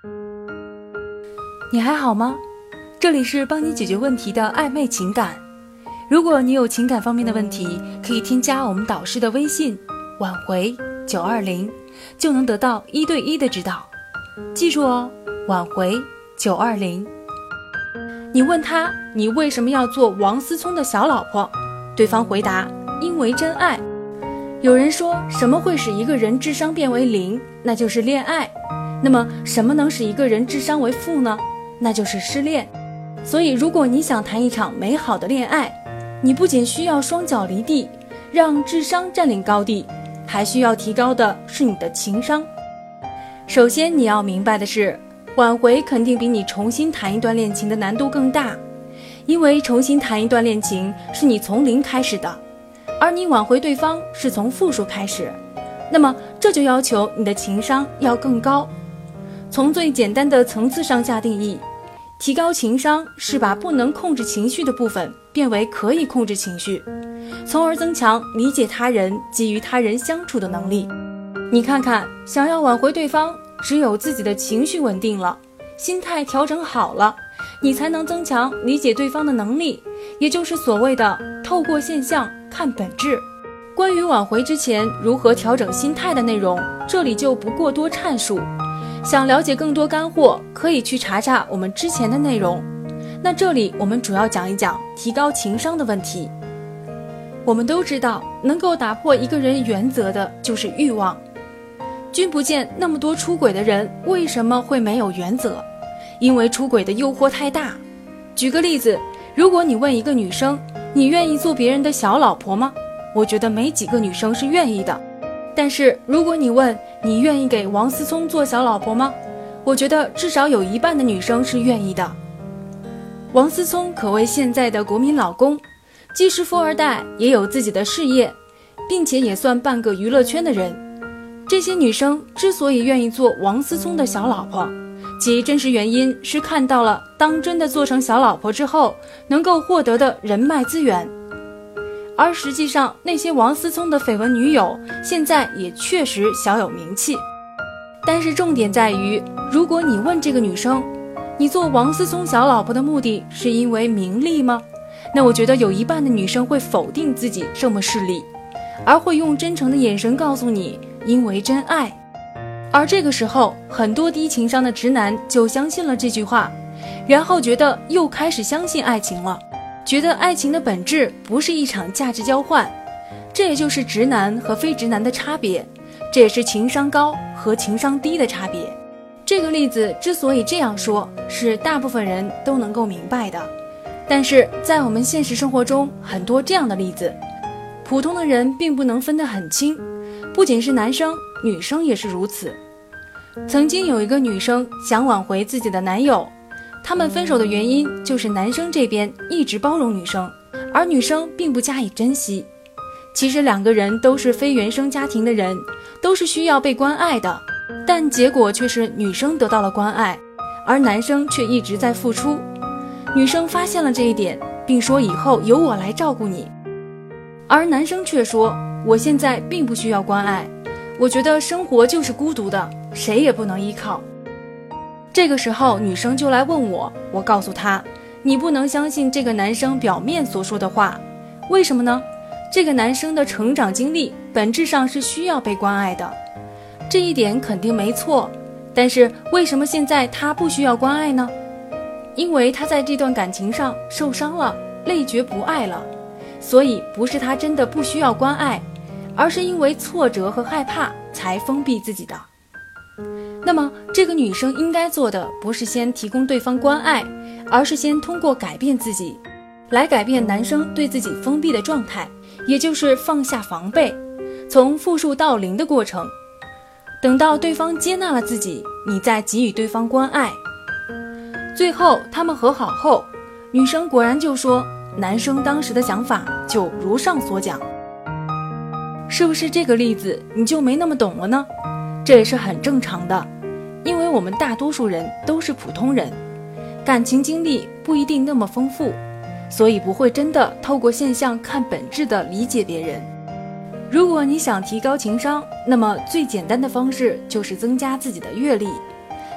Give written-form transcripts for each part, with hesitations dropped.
你还好吗？这里是帮你解决问题的暧昧情感。如果你有情感方面的问题，可以添加我们导师的微信挽回920，就能得到1对1的指导。记住哦，挽回920。你问他，你为什么要做王思聪的小老婆？对方回答，因为真爱。有人说，什么会使一个人智商变为0？那就是恋爱。那么什么能使一个人智商为负呢？那就是失恋。所以如果你想谈一场美好的恋爱，你不仅需要双脚离地，让智商占领高地，还需要提高的是你的情商。首先你要明白的是，挽回肯定比你重新谈一段恋情的难度更大，因为重新谈一段恋情是你从0开始的，而你挽回对方是从负数开始，那么这就要求你的情商要更高。从最简单的层次上下定义，提高情商是把不能控制情绪的部分变为可以控制情绪，从而增强理解他人及与他人相处的能力。你看看，想要挽回对方，只有自己的情绪稳定了，心态调整好了，你才能增强理解对方的能力，也就是所谓的透过现象看本质。关于挽回之前如何调整心态的内容，这里就不过多阐述。想了解更多干货，可以去查查我们之前的内容。那这里我们主要讲一讲提高情商的问题。我们都知道，能够打破一个人原则的就是欲望。君不见那么多出轨的人为什么会没有原则？因为出轨的诱惑太大。举个例子，如果你问一个女生，你愿意做别人的小老婆吗？我觉得没几个女生是愿意的。但是如果你问，你愿意给王思聪做小老婆吗？我觉得至少有1半的女生是愿意的。王思聪可谓现在的国民老公，既是富二代，也有自己的事业，并且也算半个娱乐圈的人。这些女生之所以愿意做王思聪的小老婆，其真实原因是看到了当真的做成小老婆之后能够获得的人脉资源。而实际上，那些王思聪的绯闻女友现在也确实小有名气。但是重点在于，如果你问这个女生，你做王思聪小老婆的目的是因为名利吗？那我觉得有1半的女生会否定自己这么势利，而会用真诚的眼神告诉你，因为真爱。而这个时候，很多低情商的直男就相信了这句话，然后觉得又开始相信爱情了，觉得爱情的本质不是一场价值交换。这也就是直男和非直男的差别，这也是情商高和情商低的差别。这个例子之所以这样说，是大部分人都能够明白的。但是在我们现实生活中，很多这样的例子，普通的人并不能分得很清，不仅是男生，女生也是如此。曾经有一个女生想挽回自己的男友，他们分手的原因就是男生这边一直包容女生，而女生并不加以珍惜。其实2个人都是非原生家庭的人，都是需要被关爱的，但结果却是女生得到了关爱，而男生却一直在付出。女生发现了这一点，并说以后由我来照顾你，而男生却说，我现在并不需要关爱，我觉得生活就是孤独的，谁也不能依靠。这个时候女生就来问我，我告诉她，你不能相信这个男生表面所说的话。为什么呢？这个男生的成长经历本质上是需要被关爱的，这一点肯定没错。但是为什么现在他不需要关爱呢？因为他在这段感情上受伤了，累觉不爱了，所以不是他真的不需要关爱，而是因为挫折和害怕才封闭自己的。那么这个女生应该做的不是先提供对方关爱，而是先通过改变自己来改变男生对自己封闭的状态，也就是放下防备，从负数到0的过程。等到对方接纳了自己，你再给予对方关爱。最后他们和好后，女生果然就说，男生当时的想法就如上所讲。是不是这个例子你就没那么懂了呢？这也是很正常的，因为我们大多数人都是普通人，感情经历不一定那么丰富，所以不会真的透过现象看本质的理解别人。如果你想提高情商，那么最简单的方式就是增加自己的阅历，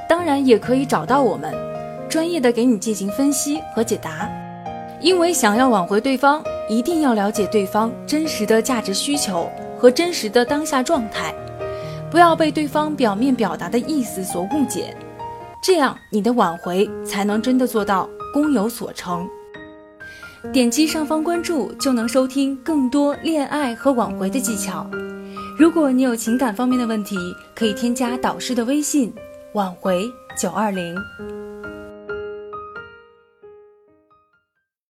当然也可以找到我们，专业的给你进行分析和解答。因为想要挽回对方，一定要了解对方真实的价值需求和真实的当下状态，不要被对方表面表达的意思所误解，这样你的挽回才能真的做到功有所成。点击上方关注就能收听更多恋爱和挽回的技巧。如果你有情感方面的问题，可以添加导师的微信挽回920。